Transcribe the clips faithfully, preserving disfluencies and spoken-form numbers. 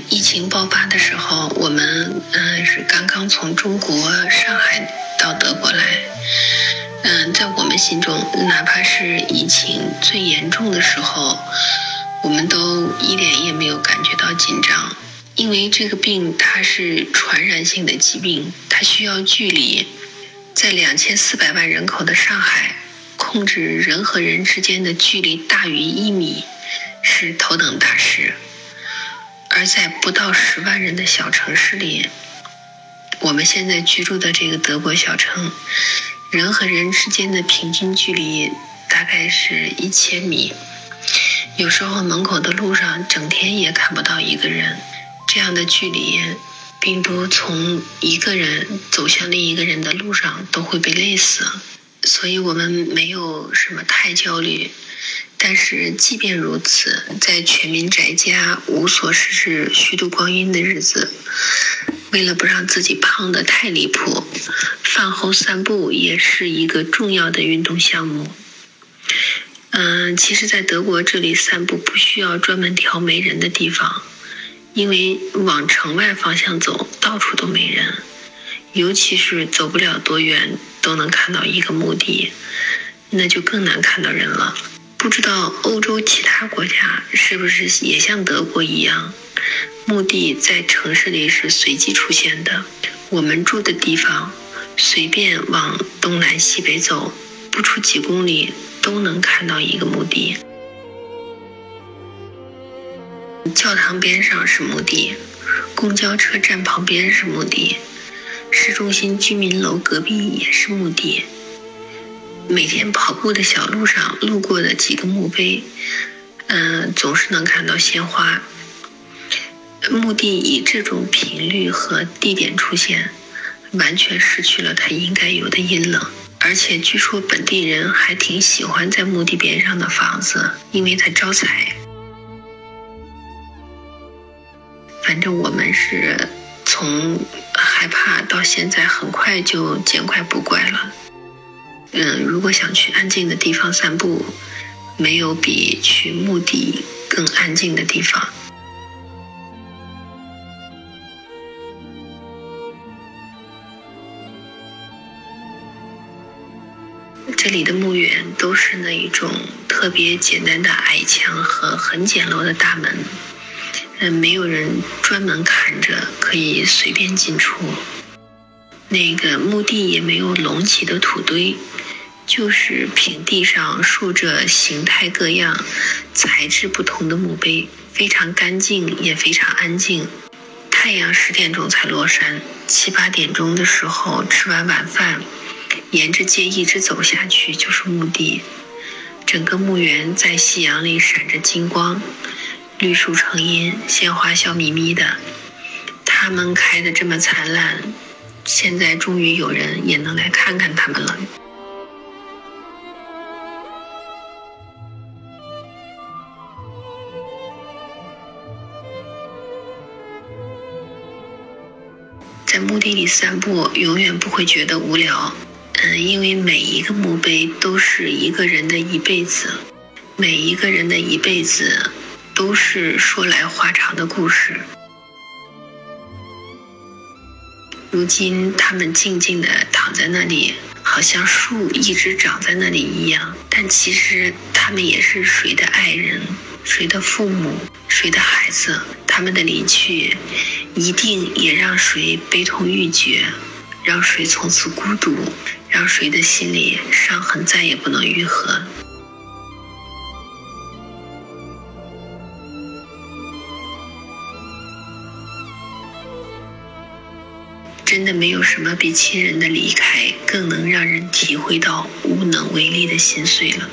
疫情爆发的时候，我们嗯、呃、是刚刚从中国上海到德国来。嗯、呃，在我们心中，哪怕是疫情最严重的时候，我们都一点也没有感觉到紧张，因为这个病它是传染性的疾病，它需要距离。在两千四百万人口的上海，控制人和人之间的距离大于一米是头等大事。而在不到十万人的小城市里，我们现在居住的这个德国小城，人和人之间的平均距离大概是一千米，有时候门口的路上整天也看不到一个人。这样的距离，病毒从一个人走向另一个人的路上都会被累死，所以我们没有什么太焦虑。但是即便如此，在全民宅家无所事事虚度光阴的日子，为了不让自己胖得太离谱，饭后散步也是一个重要的运动项目。嗯，其实在德国这里散步不需要专门挑没人的地方，因为往城外方向走，到处都没人，尤其是走不了多远都能看到一个墓地，那就更难看到人了。不知道欧洲其他国家是不是也像德国一样，墓地在城市里是随机出现的。我们住的地方，随便往东南西北走，不出几公里都能看到一个墓地。教堂边上是墓地，公交车站旁边是墓地，市中心居民楼隔壁也是墓地。每天跑步的小路上路过的几个墓碑，嗯、呃，总是能看到鲜花。墓地以这种频率和地点出现，完全失去了它应该有的阴冷。而且据说本地人还挺喜欢在墓地边上的房子，因为它招财。反正我们是从害怕到现在很快就见怪不怪了。嗯，如果想去安静的地方散步，没有比去墓地更安静的地方。这里的墓园都是那一种特别简单的矮墙和很简陋的大门，嗯，没有人专门看着，可以随便进出。那个墓地也没有隆起的土堆，就是平地上竖着形态各样、材质不同的墓碑，非常干净也非常安静。太阳十点钟才落山，七八点钟的时候吃完晚饭，沿着街一直走下去就是墓地。整个墓园在夕阳里闪着金光，绿树成荫，鲜花笑眯眯的。它们开得这么灿烂，现在终于有人也能来看看它们了。在墓地里散步永远不会觉得无聊，嗯，因为每一个墓碑都是一个人的一辈子，每一个人的一辈子都是说来话长的故事。如今他们静静地躺在那里，好像树一直长在那里一样，但其实他们也是谁的爱人，谁的父母，谁的孩子。他们的离去一定也让谁悲痛欲绝，让谁从此孤独，让谁的心里伤痕再也不能愈合。真的没有什么比亲人的离开更能让人体会到无能为力的心碎了。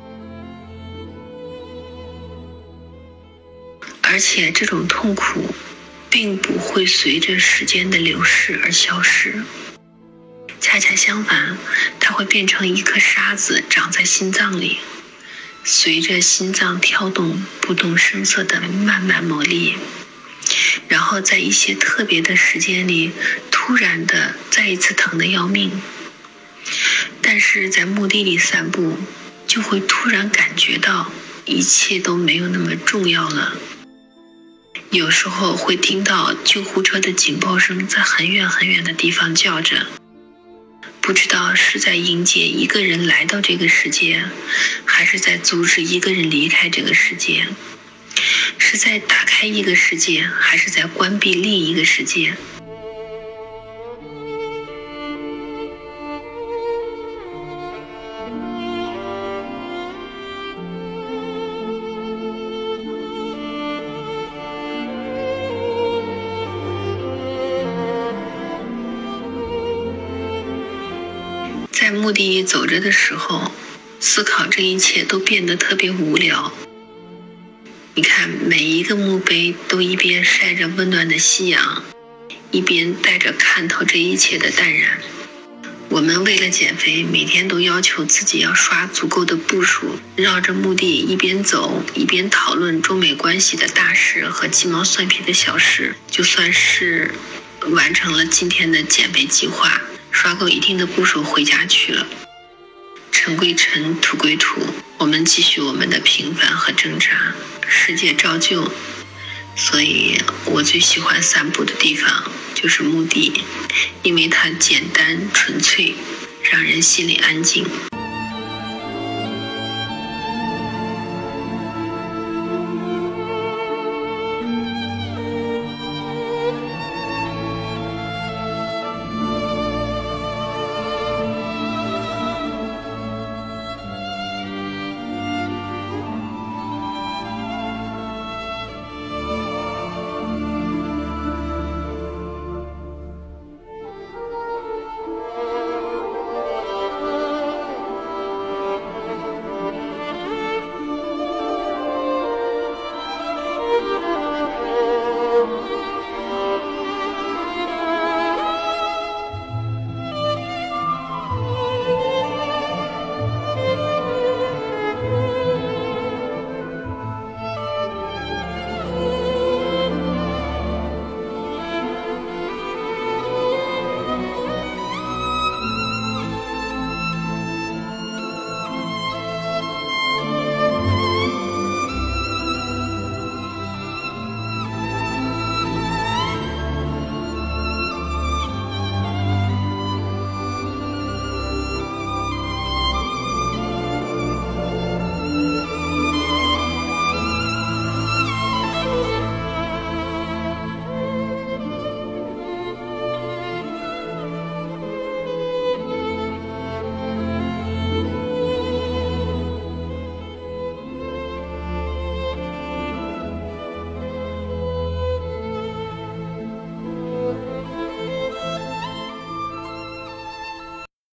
而且这种痛苦并不会随着时间的流逝而消失，恰恰相反，它会变成一颗沙子长在心脏里，随着心脏跳动不动声色地慢慢磨砺，然后在一些特别的时间里突然的再一次疼得要命。但是在墓地里散步，就会突然感觉到一切都没有那么重要了， 有时候会听到救护车的警报声在很远很远的地方叫着，不知道是在迎接一个人来到这个世界，还是在阻止一个人离开这个世界，是在打开一个世界，还是在关闭另一个世界。在墓地里走着的时候，思考这一切都变得特别无聊。你看，每一个墓碑都一边晒着温暖的夕阳，一边带着看透这一切的淡然。我们为了减肥，每天都要求自己要刷足够的步数，绕着墓地一边走一边讨论中美关系的大事和鸡毛蒜皮的小事，就算是完成了今天的减肥计划，刷够一定的步数回家去了。尘归尘，土归土，我们继续我们的平凡和挣扎，世界照旧。所以我最喜欢散步的地方就是墓地，因为它简单纯粹，让人心里安静。